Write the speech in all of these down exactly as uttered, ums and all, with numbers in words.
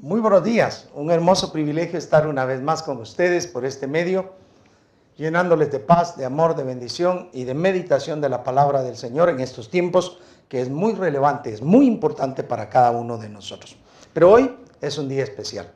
Muy buenos días, un hermoso privilegio estar una vez más con ustedes por este medio, llenándoles de paz, de amor, de bendición y de meditación de la palabra del Señor en estos tiempos, que es muy relevante, es muy importante para cada uno de nosotros. Pero hoy es un día especial,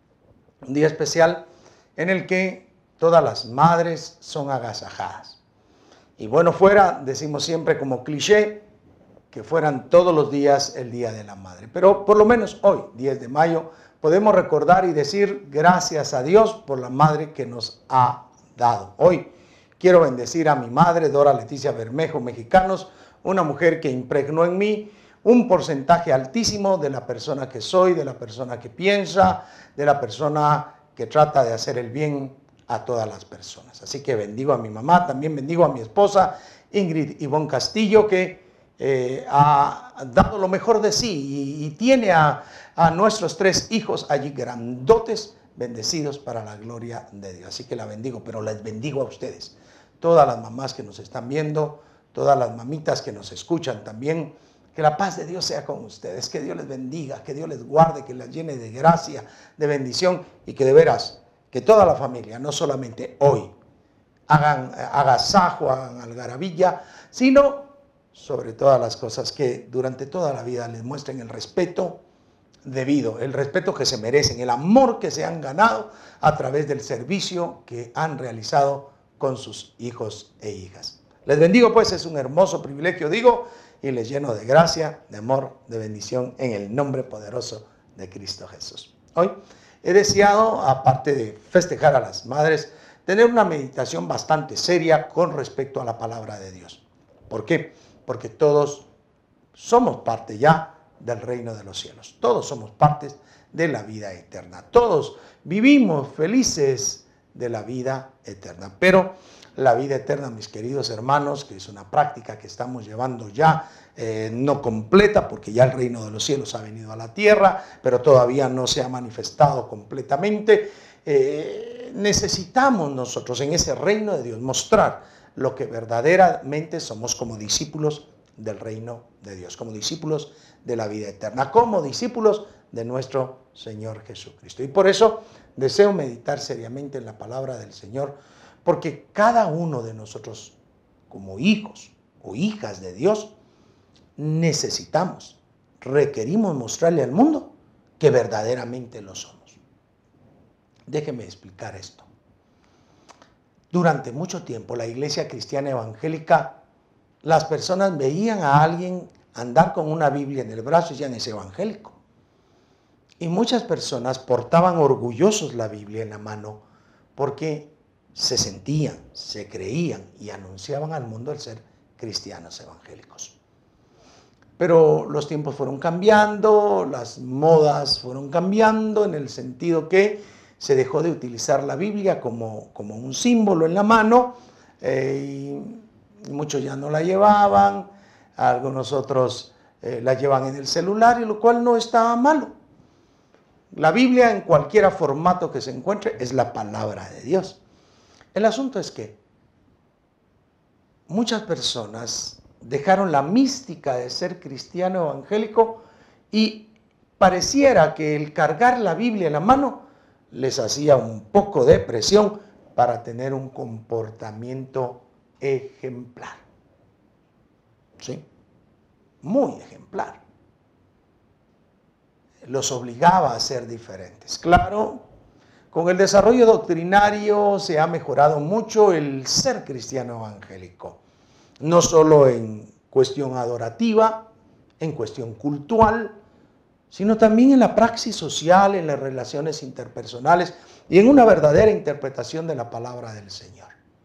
un día especial en el que todas las madres son agasajadas. Y bueno fuera, decimos siempre como cliché, que fueran todos los días el Día de la Madre. Pero por lo menos hoy, diez de mayo, podemos recordar y decir gracias a Dios por la madre que nos ha dado. Hoy quiero bendecir a mi madre, Dora Leticia Bermejo Mexicanos, una mujer que impregnó en mí un porcentaje altísimo de la persona que soy, de la persona que piensa, de la persona que trata de hacer el bien a todas las personas. Así que bendigo a mi mamá, también bendigo a mi esposa, Ingrid Ivonne Castillo, que Eh, ha dado lo mejor de sí y, y tiene a, a nuestros tres hijos allí grandotes, bendecidos para la gloria de Dios. Así que la bendigo, pero les bendigo a ustedes, todas las mamás que nos están viendo, todas las mamitas que nos escuchan también. Que la paz de Dios sea con ustedes, que Dios les bendiga, que Dios les guarde, que las llene de gracia, de bendición y que de veras, que toda la familia, no solamente hoy, hagan agasajo, hagan algarabilla, sino sobre todas las cosas, que durante toda la vida les muestren el respeto debido, el respeto que se merecen, el amor que se han ganado a través del servicio que han realizado con sus hijos e hijas. Les bendigo pues, es un hermoso privilegio, digo, y les lleno de gracia, de amor, de bendición en el nombre poderoso de Cristo Jesús. Hoy he deseado, aparte de festejar a las madres, tener una meditación bastante seria con respecto a la palabra de Dios. ¿Por qué? Porque todos somos parte ya del reino de los cielos. Todos somos partes de la vida eterna. Todos vivimos felices de la vida eterna. Pero la vida eterna, mis queridos hermanos, que es una práctica que estamos llevando ya, eh, no completa, porque ya el reino de los cielos ha venido a la tierra, pero todavía no se ha manifestado completamente. Eh, necesitamos nosotros en ese reino de Dios mostrar lo que verdaderamente somos como discípulos del reino de Dios, como discípulos de la vida eterna, como discípulos de nuestro Señor Jesucristo. Y por eso deseo meditar seriamente en la palabra del Señor, porque cada uno de nosotros, como hijos o hijas de Dios, necesitamos, requerimos mostrarle al mundo que verdaderamente lo somos. Déjenme explicar esto. Durante mucho tiempo, la iglesia cristiana evangélica, las personas veían a alguien andar con una Biblia en el brazo y decían, es evangélico. Y muchas personas portaban orgullosos la Biblia en la mano porque se sentían, se creían y anunciaban al mundo el ser cristianos evangélicos. Pero los tiempos fueron cambiando, las modas fueron cambiando en el sentido que se dejó de utilizar la Biblia como, como un símbolo en la mano, eh, y muchos ya no la llevaban, algunos otros eh, la llevan en el celular, y lo cual no está malo. La Biblia, en cualquier formato que se encuentre, es la palabra de Dios. El asunto es que muchas personas dejaron la mística de ser cristiano evangélico y pareciera que el cargar la Biblia en la mano les hacía un poco de presión para tener un comportamiento ejemplar. ¿Sí? Muy ejemplar. Los obligaba a ser diferentes. Claro, con el desarrollo doctrinario se ha mejorado mucho el ser cristiano evangélico. No solo en cuestión adorativa, en cuestión cultural, sino también en la praxis social, en las relaciones interpersonales y en una verdadera interpretación de la palabra del Señor.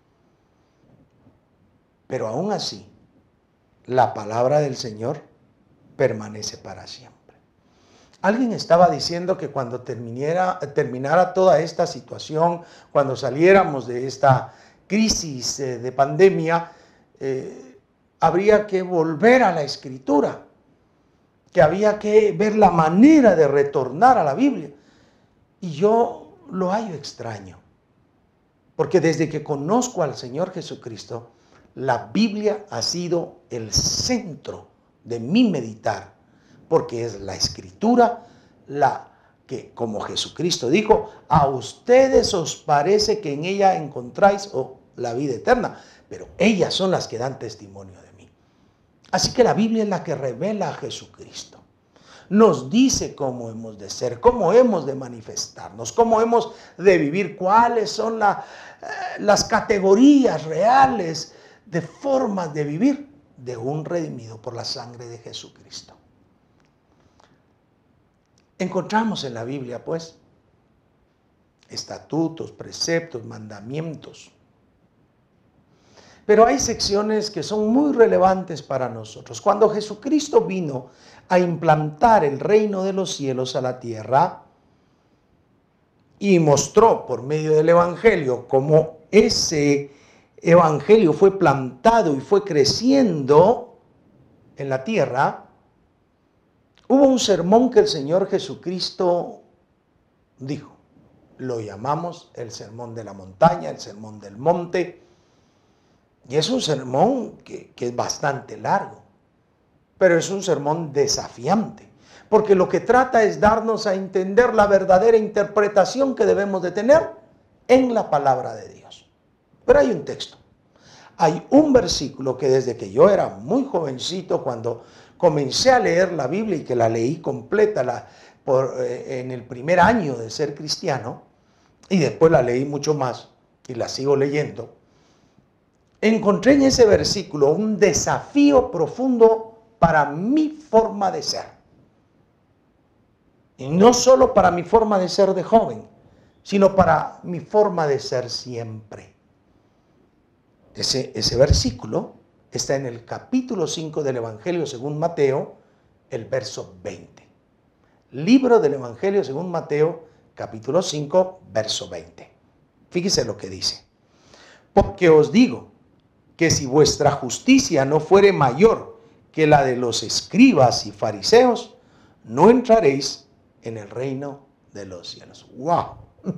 Pero aún así, la palabra del Señor permanece para siempre. Alguien estaba diciendo que cuando terminara, terminara toda esta situación, cuando saliéramos de esta crisis de pandemia, eh, habría que volver a la Escritura, que había que ver la manera de retornar a la Biblia. Y yo lo hallo extraño, porque desde que conozco al Señor Jesucristo, la Biblia ha sido el centro de mi meditar, porque es la Escritura la que, como Jesucristo dijo, a ustedes os parece que en ella encontráis oh, la vida eterna, pero ellas son las que dan testimonio de mí. Así que la Biblia es la que revela a Jesucristo. Nos dice cómo hemos de ser, cómo hemos de manifestarnos, cómo hemos de vivir, cuáles son la, eh, las categorías reales de formas de vivir de un redimido por la sangre de Jesucristo. Encontramos en la Biblia, pues, estatutos, preceptos, mandamientos. Pero hay secciones que son muy relevantes para nosotros. Cuando Jesucristo vino a implantar el reino de los cielos a la tierra y mostró por medio del evangelio cómo ese evangelio fue plantado y fue creciendo en la tierra, hubo un sermón que el Señor Jesucristo dijo. Lo llamamos el sermón de la montaña, el sermón del monte. Y es un sermón que, que es bastante largo, pero es un sermón desafiante, porque lo que trata es darnos a entender la verdadera interpretación que debemos de tener en la palabra de Dios. Pero hay un texto, hay un versículo que desde que yo era muy jovencito, cuando comencé a leer la Biblia y que la leí completa la, por, eh, en el primer año de ser cristiano, y después la leí mucho más y la sigo leyendo, encontré en ese versículo un desafío profundo para mi forma de ser. Y no solo para mi forma de ser de joven, sino para mi forma de ser siempre. Ese, ese versículo está en el capítulo cinco del Evangelio según Mateo, el verso veinte. Libro del Evangelio según Mateo, capítulo cinco, verso veinte. Fíjese lo que dice. Porque os digo que si vuestra justicia no fuere mayor que la de los escribas y fariseos, no entraréis en el reino de los cielos. ¡Wow!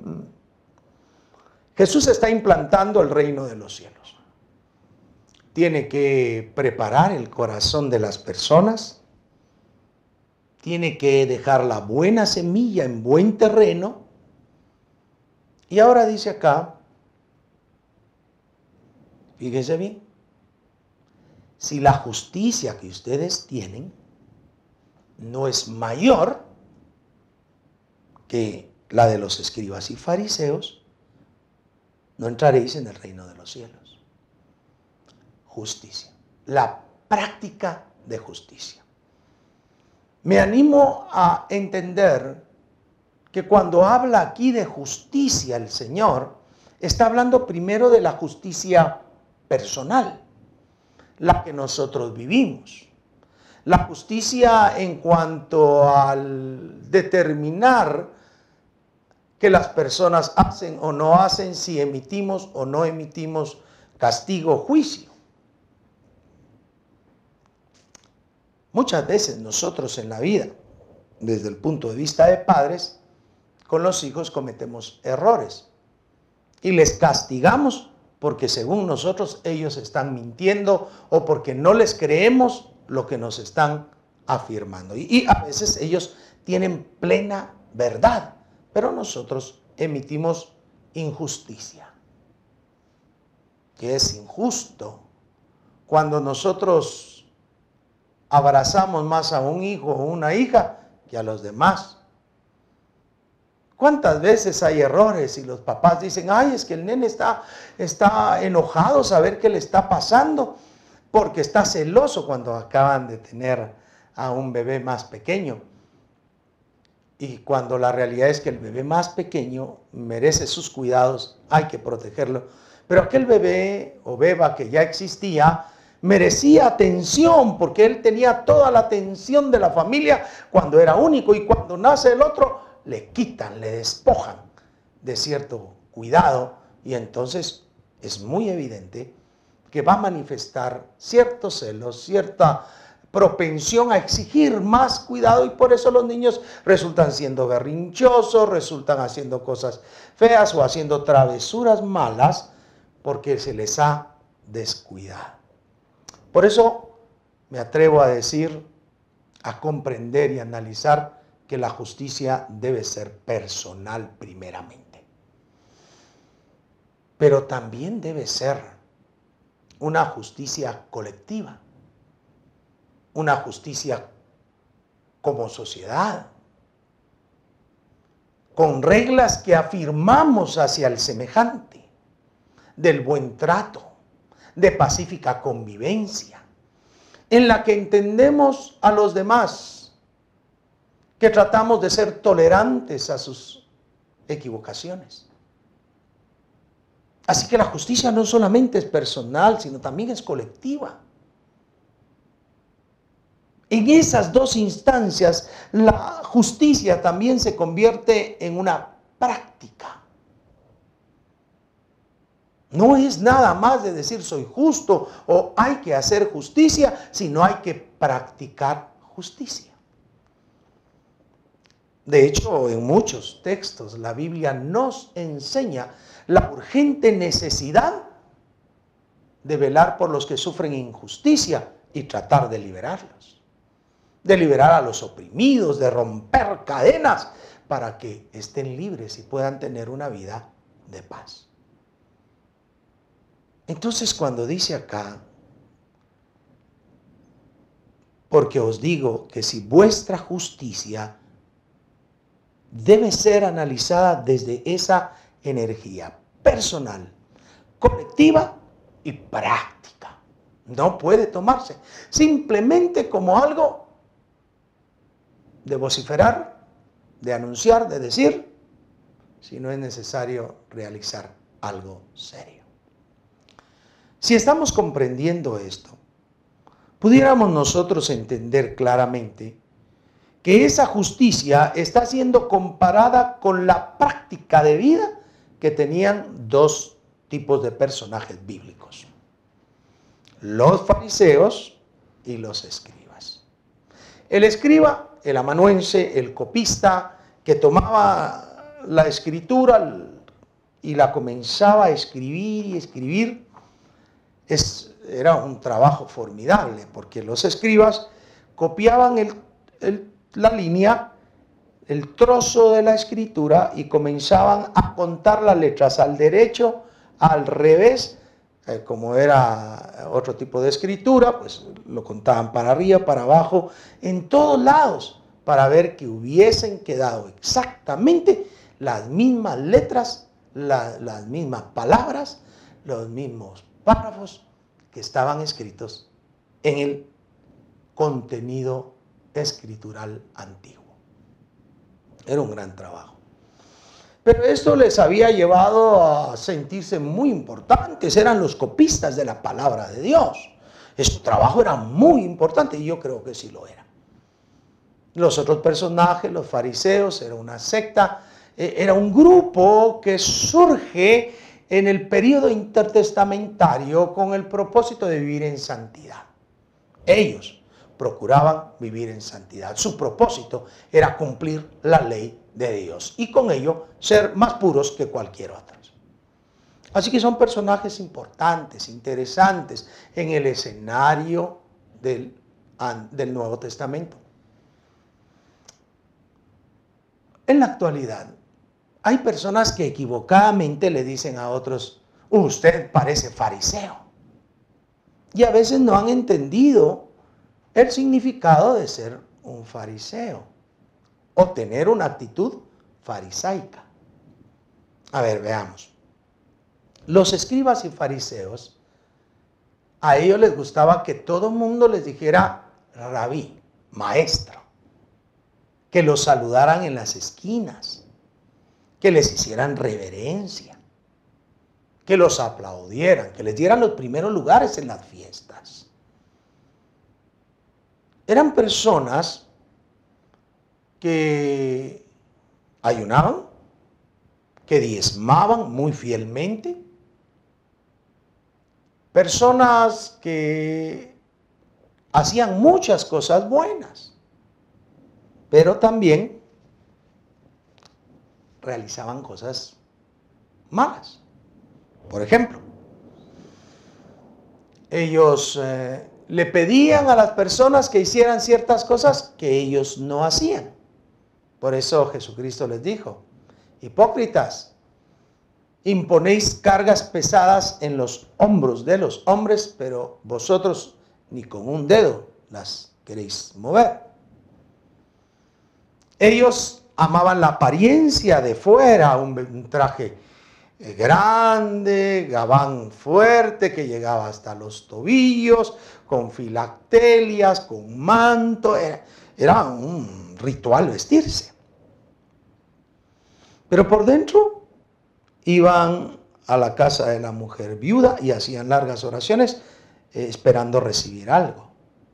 Jesús está implantando el reino de los cielos. Tiene que preparar el corazón de las personas, tiene que dejar la buena semilla en buen terreno, y ahora dice acá, fíjense bien, si la justicia que ustedes tienen no es mayor que la de los escribas y fariseos, no entraréis en el reino de los cielos. Justicia, la práctica de justicia. Me animo a entender que cuando habla aquí de justicia el Señor, está hablando primero de la justicia personal, la que nosotros vivimos. La justicia en cuanto al determinar que las personas hacen o no hacen, si emitimos o no emitimos castigo o juicio. Muchas veces nosotros en la vida, desde el punto de vista de padres, con los hijos cometemos errores y les castigamos porque según nosotros ellos están mintiendo o porque no les creemos lo que nos están afirmando. Y, y a veces ellos tienen plena verdad, pero nosotros emitimos injusticia, que es injusto cuando nosotros abrazamos más a un hijo o una hija que a los demás. ¿Cuántas veces hay errores y los papás dicen, ay, es que el nene está, está enojado, saber qué le está pasando, porque está celoso cuando acaban de tener a un bebé más pequeño? Y cuando la realidad es que el bebé más pequeño merece sus cuidados, hay que protegerlo. Pero aquel bebé o beba que ya existía, merecía atención porque él tenía toda la atención de la familia cuando era único, y cuando nace el otro le quitan, le despojan de cierto cuidado, y entonces es muy evidente que va a manifestar ciertos celos, cierta propensión a exigir más cuidado, y por eso los niños resultan siendo berrinchosos, resultan haciendo cosas feas o haciendo travesuras malas porque se les ha descuidado. Por eso me atrevo a decir, a comprender y analizar que la justicia debe ser personal primeramente, pero también debe ser una justicia colectiva, una justicia como sociedad, con reglas que afirmamos hacia el semejante, del buen trato, de pacífica convivencia, en la que entendemos a los demás, que tratamos de ser tolerantes a sus equivocaciones. Así que la justicia no solamente es personal, sino también es colectiva. En esas dos instancias, la justicia también se convierte en una práctica. No es nada más de decir soy justo o hay que hacer justicia, sino hay que practicar justicia. De hecho, en muchos textos la Biblia nos enseña la urgente necesidad de velar por los que sufren injusticia y tratar de liberarlos. De liberar a los oprimidos, de romper cadenas para que estén libres y puedan tener una vida de paz. Entonces, cuando dice acá, porque os digo que si vuestra justicia debe ser analizada desde esa energía personal, colectiva y práctica. No puede tomarse simplemente como algo de vociferar, de anunciar, de decir, si no es necesario realizar algo serio. Si estamos comprendiendo esto, pudiéramos nosotros entender claramente que esa justicia está siendo comparada con la práctica de vida que tenían dos tipos de personajes bíblicos: los fariseos y los escribas. El escriba, el amanuense, el copista, que tomaba la escritura y la comenzaba a escribir y escribir, es, era un trabajo formidable, porque los escribas copiaban el, el, la línea, el trozo de la escritura y comenzaban a contar las letras al derecho, al revés. Eh, como era otro tipo de escritura, pues lo contaban para arriba, para abajo, en todos lados, para ver que hubiesen quedado exactamente las mismas letras, la, las mismas palabras, los mismos párrafos que estaban escritos en el contenido escritural antiguo. Era un gran trabajo. Pero esto les había llevado a sentirse muy importantes. Eran los copistas de la palabra de Dios. Su trabajo era muy importante y yo creo que sí lo era. Los otros personajes, los fariseos, era una secta, era un grupo que surge en el periodo intertestamentario con el propósito de vivir en santidad. Ellos procuraban vivir en santidad. Su propósito era cumplir la ley de Dios y con ello ser más puros que cualquier otro. Así que son personajes importantes, interesantes en el escenario del, del Nuevo Testamento. En la actualidad, hay personas que equivocadamente le dicen a otros: usted parece fariseo. Y a veces no han entendido el significado de ser un fariseo o tener una actitud farisaica. A ver, veamos. Los escribas y fariseos, a ellos les gustaba que todo el mundo les dijera rabí, maestro, que los saludaran en las esquinas, que les hicieran reverencia, que los aplaudieran, que les dieran los primeros lugares en las fiestas. Eran personas que ayunaban, que diezmaban muy fielmente, personas que hacían muchas cosas buenas, pero también realizaban cosas malas. Por ejemplo, ellos eh, le pedían a las personas que hicieran ciertas cosas que ellos no hacían. Por eso Jesucristo les dijo: hipócritas, imponéis cargas pesadas en los hombros de los hombres, pero vosotros ni con un dedo las queréis mover. Ellos amaban la apariencia de fuera, un, un traje grande, gabán fuerte que llegaba hasta los tobillos, con filactelias, con manto. Era, era un ritual vestirse. Pero por dentro iban a la casa de la mujer viuda y hacían largas oraciones eh, esperando recibir algo.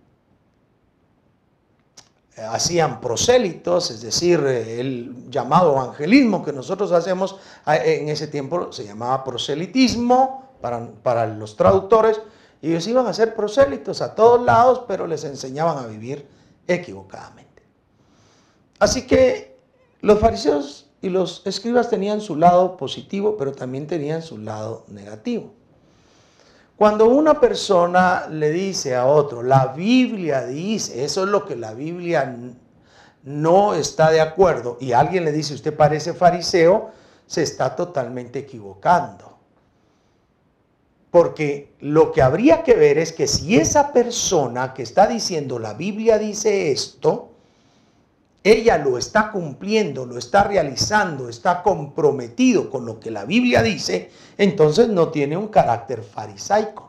Hacían prosélitos, es decir, el llamado evangelismo que nosotros hacemos en ese tiempo se llamaba proselitismo para, para los traductores, y ellos iban a hacer prosélitos a todos lados, pero les enseñaban a vivir equivocadamente. Así que los fariseos y los escribas tenían su lado positivo, pero también tenían su lado negativo. Cuando una persona le dice a otro, la Biblia dice, eso es lo que la Biblia no está de acuerdo, y alguien le dice, usted parece fariseo, se está totalmente equivocando. Porque lo que habría que ver es que si esa persona que está diciendo, la Biblia dice esto, ella lo está cumpliendo, lo está realizando, está comprometido con lo que la Biblia dice, entonces no tiene un carácter farisaico.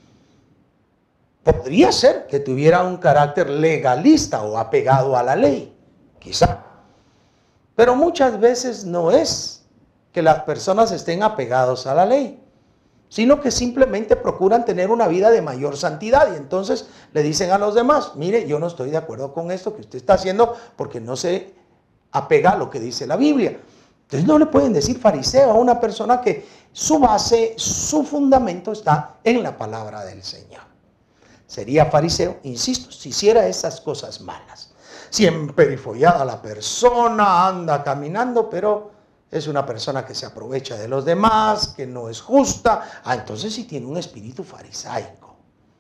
Podría ser que tuviera un carácter legalista o apegado a la ley, quizá. Pero muchas veces no es que las personas estén apegados a la ley, sino que simplemente procuran tener una vida de mayor santidad, y entonces le dicen a los demás, mire, yo no estoy de acuerdo con esto que usted está haciendo porque no se apega a lo que dice la Biblia. Entonces no le pueden decir fariseo a una persona que su base, su fundamento está en la palabra del Señor. Sería fariseo, insisto, si hiciera esas cosas malas. Siempre emperifollada la persona, anda caminando, pero es una persona que se aprovecha de los demás, que no es justa. Ah, entonces sí tiene un espíritu farisaico.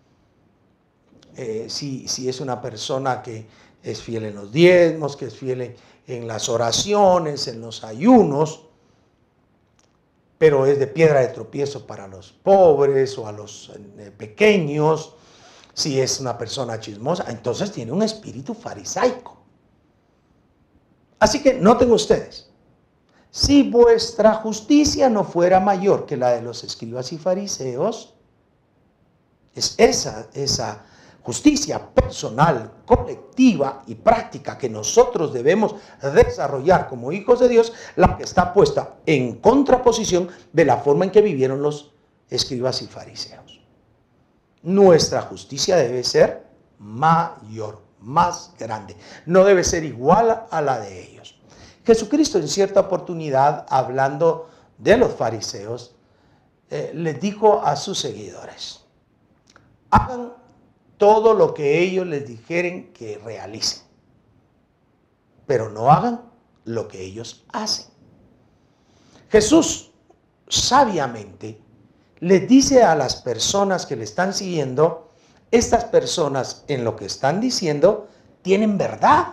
Eh, si, si es una persona que es fiel en los diezmos, que es fiel en, en las oraciones, en los ayunos, pero es de piedra de tropiezo para los pobres o a los eh, pequeños, si es una persona chismosa, entonces tiene un espíritu farisaico. Así que noten ustedes, si vuestra justicia no fuera mayor que la de los escribas y fariseos, es esa, esa justicia personal, colectiva y práctica que nosotros debemos desarrollar como hijos de Dios, la que está puesta en contraposición de la forma en que vivieron los escribas y fariseos. Nuestra justicia debe ser mayor, más grande, no debe ser igual a la de ellos. Jesucristo en cierta oportunidad, hablando de los fariseos, eh, les dijo a sus seguidores, hagan todo lo que ellos les dijeren que realicen, pero no hagan lo que ellos hacen. Jesús sabiamente les dice a las personas que le están siguiendo, estas personas en lo que están diciendo tienen verdad.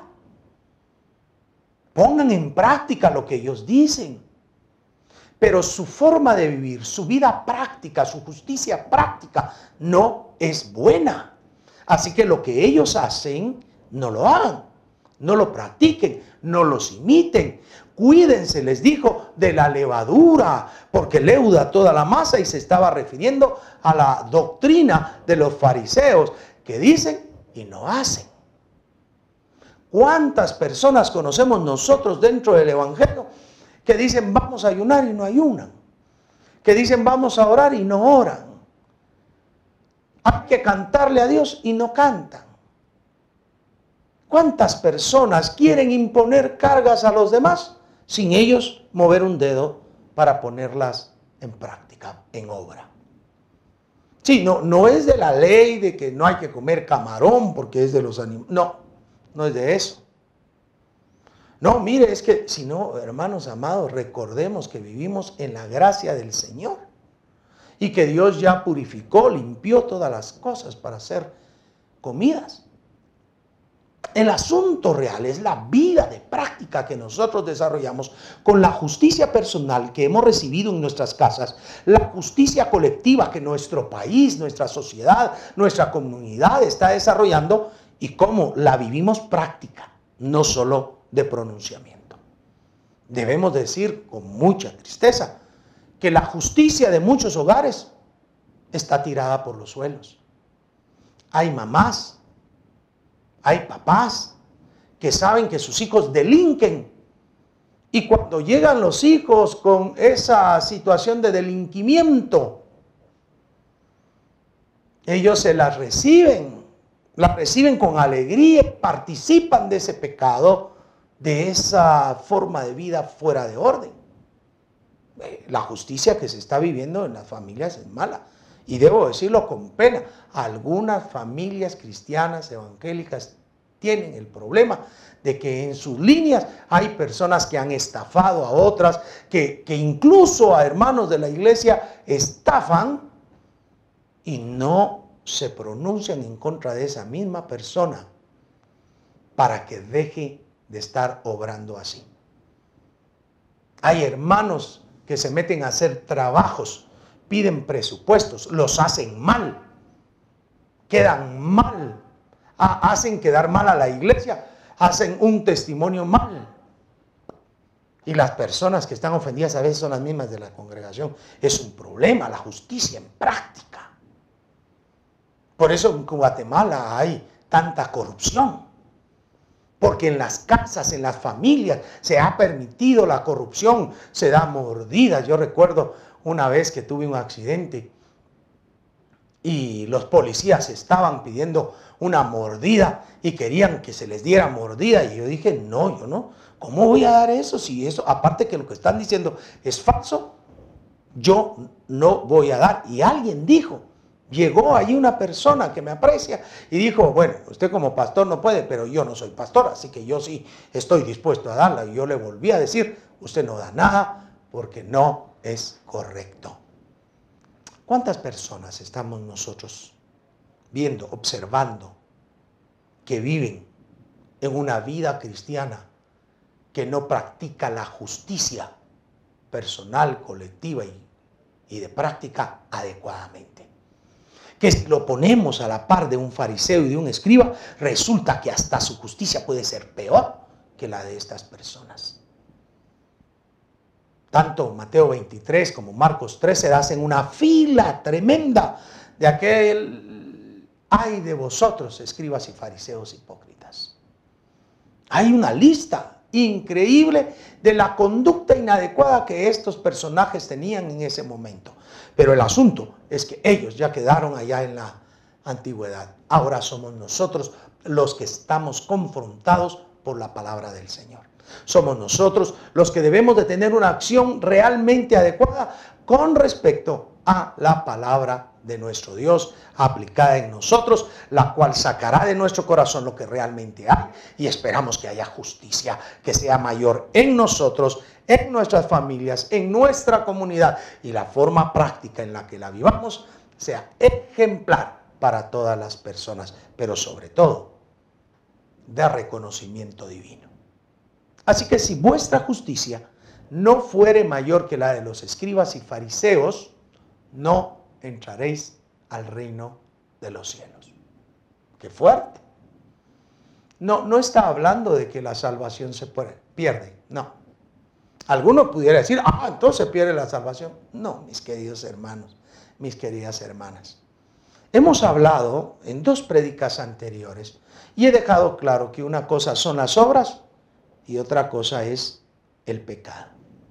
Pongan en práctica lo que ellos dicen. Pero su forma de vivir, su vida práctica, su justicia práctica, no es buena. Así que lo que ellos hacen, no lo hagan, no lo practiquen, no los imiten. Cuídense, les dijo, de la levadura, porque leuda toda la masa, y se estaba refiriendo a la doctrina de los fariseos, que dicen y no hacen. ¿Cuántas personas conocemos nosotros dentro del Evangelio que dicen vamos a ayunar y no ayunan? Que dicen vamos a orar y no oran. Hay que cantarle a Dios y no cantan. ¿Cuántas personas quieren imponer cargas a los demás sin ellos mover un dedo para ponerlas en práctica, en obra? Sí, no, no es de la ley de que no hay que comer camarón porque es de los animales. No. No es de eso. No, mire, es que si no, hermanos amados, recordemos que vivimos en la gracia del Señor y que Dios ya purificó, limpió todas las cosas para ser comidas. El asunto real es la vida de práctica que nosotros desarrollamos con la justicia personal que hemos recibido en nuestras casas, la justicia colectiva que nuestro país, nuestra sociedad, nuestra comunidad está desarrollando y cómo la vivimos práctica, no solo de pronunciamiento. Debemos decir con mucha tristeza que la justicia de muchos hogares está tirada por los suelos. Hay mamás, hay papás que saben que sus hijos delinquen y cuando llegan los hijos con esa situación de delinquimiento, ellos se las reciben, las reciben con alegría, participan de ese pecado, de esa forma de vida fuera de orden. La justicia que se está viviendo en las familias es mala. Y debo decirlo con pena, algunas familias cristianas evangélicas tienen el problema de que en sus líneas hay personas que han estafado a otras, que, que incluso a hermanos de la iglesia estafan y no se pronuncian en contra de esa misma persona para que deje de estar obrando así. Hay hermanos que se meten a hacer trabajos, piden presupuestos, los hacen mal, quedan mal, hacen quedar mal a la iglesia, hacen un testimonio mal. Y las personas que están ofendidas a veces son las mismas de la congregación. Es un problema, la justicia en práctica. Por eso en Guatemala hay tanta corrupción. Porque en las casas, en las familias, se ha permitido la corrupción, se da mordidas. Yo recuerdo una vez que tuve un accidente y los policías estaban pidiendo una mordida y querían que se les diera mordida. Y yo dije, no, yo no. ¿Cómo voy a dar eso? Si eso, aparte que lo que están diciendo es falso, yo no voy a dar. Y alguien dijo, llegó ahí una persona que me aprecia y dijo, bueno, usted como pastor no puede, pero yo no soy pastor, así que yo sí estoy dispuesto a darla. Y yo le volví a decir, usted no da nada porque no es correcto. ¿Cuántas personas estamos nosotros viendo, observando, que viven en una vida cristiana que no practica la justicia personal, colectiva y, y de práctica adecuadamente? Que si lo ponemos a la par de un fariseo y de un escriba, resulta que hasta su justicia puede ser peor que la de estas personas. Tanto Mateo veintitrés como Marcos trece hacen una fila tremenda de aquel, ay de vosotros, escribas y fariseos hipócritas. Hay una lista increíble de la conducta inadecuada que estos personajes tenían en ese momento. Pero el asunto es que ellos ya quedaron allá en la antigüedad. Ahora somos nosotros los que estamos confrontados por la palabra del Señor. Somos nosotros los que debemos de tener una acción realmente adecuada con respecto a la palabra de nuestro Dios aplicada en nosotros, la cual sacará de nuestro corazón lo que realmente hay y esperamos que haya justicia que sea mayor en nosotros, en nuestras familias, en nuestra comunidad y la forma práctica en la que la vivamos sea ejemplar para todas las personas, pero sobre todo de reconocimiento divino. Así que si vuestra justicia no fuere mayor que la de los escribas y fariseos, no entraréis al reino de los cielos. ¡Qué fuerte! No, no está hablando de que la salvación se pierde, no. Alguno pudiera decir, ah, entonces se pierde la salvación. No, mis queridos hermanos, mis queridas hermanas. Hemos hablado en dos prédicas anteriores y he dejado claro que una cosa son las obras y otra cosa es el pecado.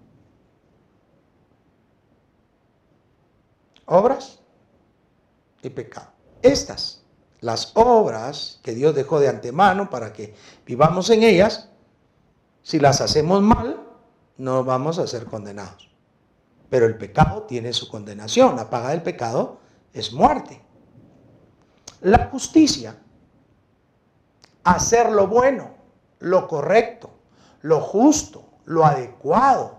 Obras y pecado. Estas, las obras que Dios dejó de antemano para que vivamos en ellas, si las hacemos mal, no vamos a ser condenados. Pero el pecado tiene su condenación. La paga del pecado es muerte. La justicia, hacer lo bueno, lo correcto, lo justo, lo adecuado.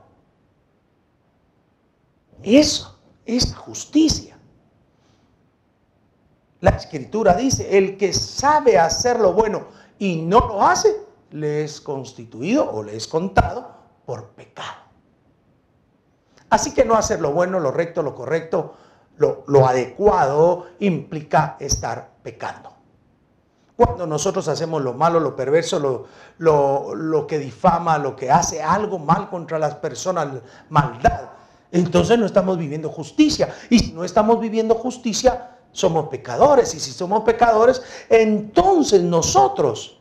Eso es justicia. La Escritura dice, el que sabe hacer lo bueno y no lo hace, le es constituido o le es contado por pecado. Así que no hacer lo bueno, lo recto, lo correcto, lo, lo adecuado implica estar pecando. Cuando nosotros hacemos lo malo, lo perverso, lo, lo, lo que difama, lo que hace algo mal contra las personas, maldad, entonces no estamos viviendo justicia. Y si no estamos viviendo justicia, somos pecadores. Y si somos pecadores, entonces nosotros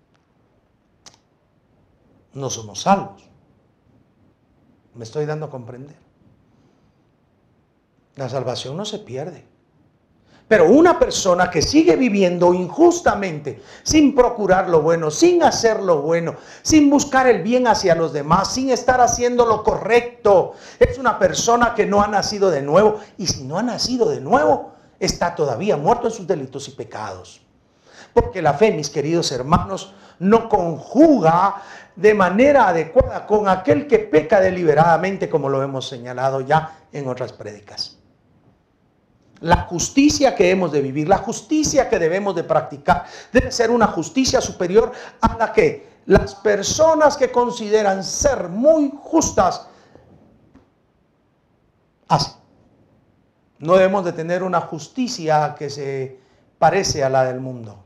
no somos salvos. Me estoy dando a comprender. La salvación no se pierde. Pero una persona que sigue viviendo injustamente, sin procurar lo bueno, sin hacer lo bueno, sin buscar el bien hacia los demás, sin estar haciendo lo correcto, es una persona que no ha nacido de nuevo. Y si no ha nacido de nuevo, está todavía muerto en sus delitos y pecados. Porque la fe, mis queridos hermanos, no conjuga de manera adecuada con aquel que peca deliberadamente, como lo hemos señalado ya en otras prédicas. La justicia que hemos de vivir, la justicia que debemos de practicar, debe ser una justicia superior a la que las personas que consideran ser muy justas hacen. No debemos de tener una justicia que se parece a la del mundo.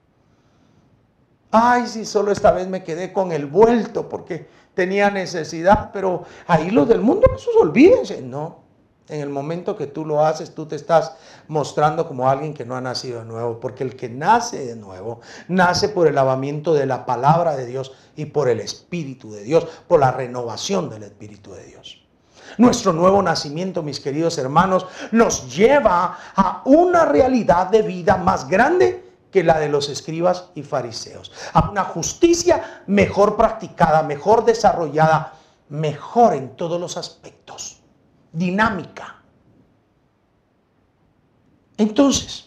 Ay, si solo esta vez me quedé con el vuelto porque tenía necesidad, pero ahí los del mundo, esos olvídense. No, en el momento que tú lo haces, tú te estás mostrando como alguien que no ha nacido de nuevo, porque el que nace de nuevo, nace por el lavamiento de la palabra de Dios y por el Espíritu de Dios, por la renovación del Espíritu de Dios. Nuestro nuevo nacimiento, mis queridos hermanos, nos lleva a una realidad de vida más grande que la de los escribas y fariseos. A una justicia mejor practicada, mejor desarrollada, mejor en todos los aspectos. Dinámica. Entonces,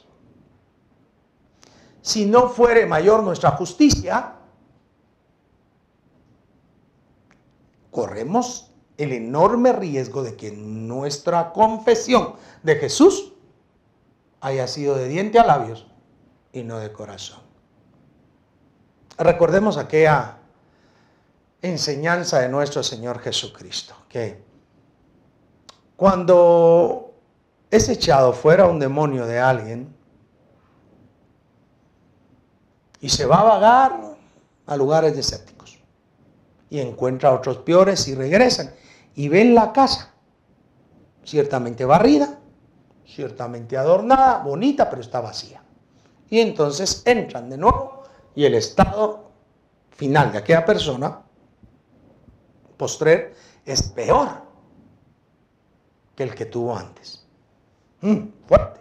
si no fuere mayor nuestra justicia, corremos el enorme riesgo de que nuestra confesión de Jesús haya sido de diente a labios y no de corazón. Recordemos aquella enseñanza de nuestro Señor Jesucristo, que cuando es echado fuera un demonio de alguien y se va a vagar a lugares desérticos y encuentra a otros peores y regresan y ven la casa ciertamente barrida, ciertamente adornada, bonita, pero está vacía. Y entonces entran de nuevo y el estado final de aquella persona, postrer, es peor que el que tuvo antes. Mm, fuerte.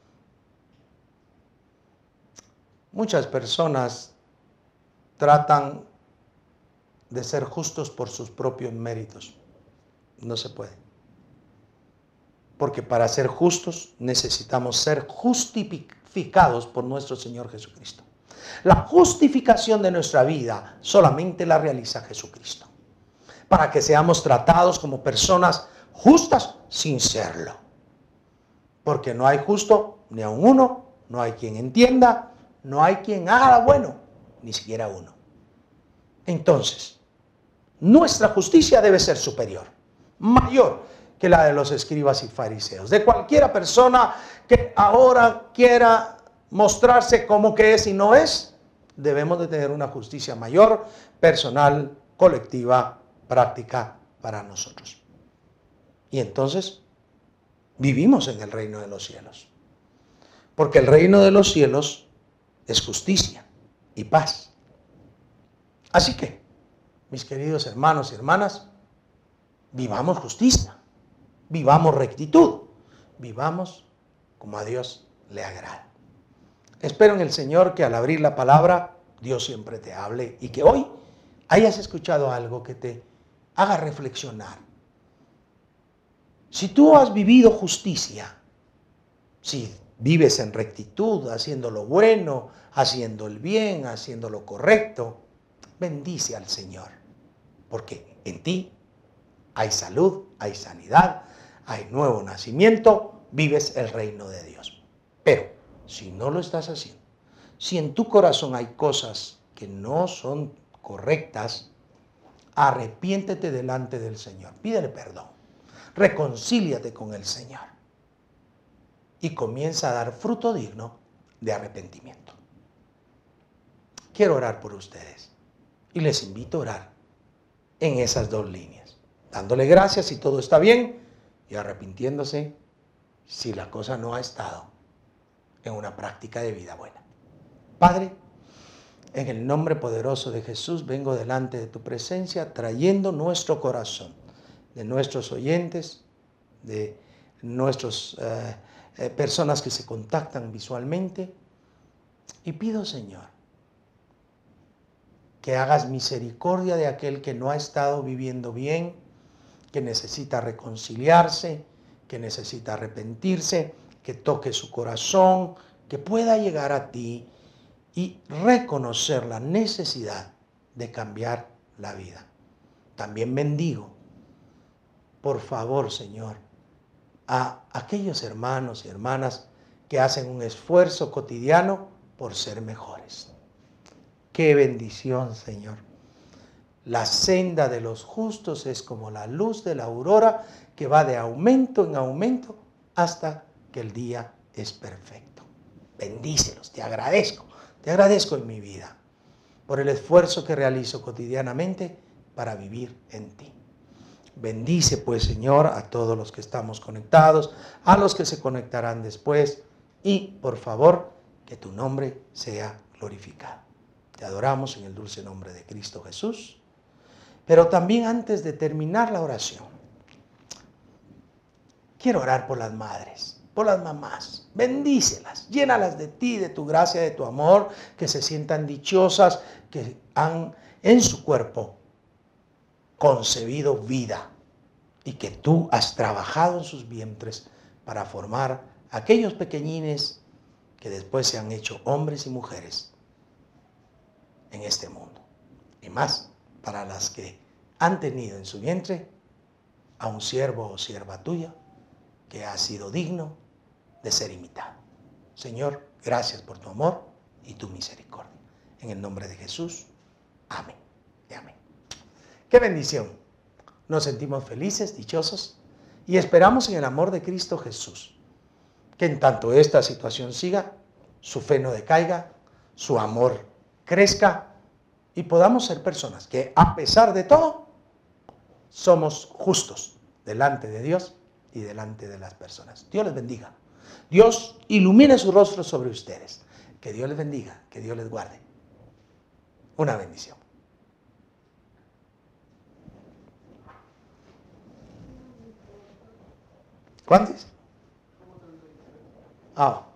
Muchas personas tratan de ser justos por sus propios méritos. No se puede. Porque para ser justos necesitamos ser justificados por nuestro Señor Jesucristo. La justificación de nuestra vida solamente la realiza Jesucristo. Para que seamos tratados como personas justas sin serlo. Porque no hay justo ni aun uno, no hay quien entienda, no hay quien haga bueno, ni siquiera uno. Entonces, nuestra justicia debe ser superior, mayor que la de los escribas y fariseos. De cualquiera persona que ahora quiera mostrarse como que es y no es, debemos de tener una justicia mayor, personal, colectiva, práctica para nosotros. Y entonces vivimos en el reino de los cielos. Porque el reino de los cielos es justicia y paz. Así que, mis queridos hermanos y hermanas, vivamos justicia, vivamos rectitud, vivamos como a Dios le agrada. Espero en el Señor que al abrir la palabra, Dios siempre te hable y que hoy hayas escuchado algo que te haga reflexionar. Si tú has vivido justicia, si vives en rectitud, haciendo lo bueno, haciendo el bien, haciendo lo correcto, bendice al Señor, porque en ti hay salud, hay sanidad, hay nuevo nacimiento, vives el reino de Dios. Pero si no lo estás haciendo, si en tu corazón hay cosas que no son correctas, arrepiéntete delante del Señor, pídele perdón, reconcíliate con el Señor y comienza a dar fruto digno de arrepentimiento. Quiero orar por ustedes y les invito a orar en esas dos líneas, dándole gracias si todo está bien y arrepintiéndose si la cosa no ha estado en una práctica de vida buena. Padre, en el nombre poderoso de Jesús vengo delante de tu presencia trayendo nuestro corazón, de nuestros oyentes, de nuestras eh, eh, personas que se contactan visualmente, y pido, Señor, que hagas misericordia de aquel que no ha estado viviendo bien, que necesita reconciliarse, que necesita arrepentirse, que toque su corazón, que pueda llegar a ti y reconocer la necesidad de cambiar la vida. También bendigo, por favor, Señor, a aquellos hermanos y hermanas que hacen un esfuerzo cotidiano por ser mejores. ¡Qué bendición, Señor! La senda de los justos es como la luz de la aurora que va de aumento en aumento hasta que el día es perfecto. Bendícelos, te agradezco, te agradezco en mi vida por el esfuerzo que realizo cotidianamente para vivir en ti. Bendice pues, Señor, a todos los que estamos conectados, a los que se conectarán después y, por favor, que tu nombre sea glorificado. Te adoramos en el dulce nombre de Cristo Jesús. Pero también antes de terminar la oración, quiero orar por las madres, por las mamás. Bendícelas, llénalas de ti, de tu gracia, de tu amor, que se sientan dichosas, que han en su cuerpo concebido vida y que tú has trabajado en sus vientres para formar aquellos pequeñines que después se han hecho hombres y mujeres en este mundo. Y más para las que han tenido en su vientre a un siervo o sierva tuya que ha sido digno de ser imitado. Señor, gracias por tu amor y tu misericordia. En el nombre de Jesús, amén y amén. ¡Qué bendición! Nos sentimos felices, dichosos y esperamos en el amor de Cristo Jesús que en tanto esta situación siga, su fe no decaiga, su amor crezca y podamos ser personas que a pesar de todo somos justos delante de Dios y delante de las personas. Dios les bendiga. Dios ilumine su rostro sobre ustedes. Que Dios les bendiga, que Dios les guarde. Una bendición. ¿Cuántos? Ah.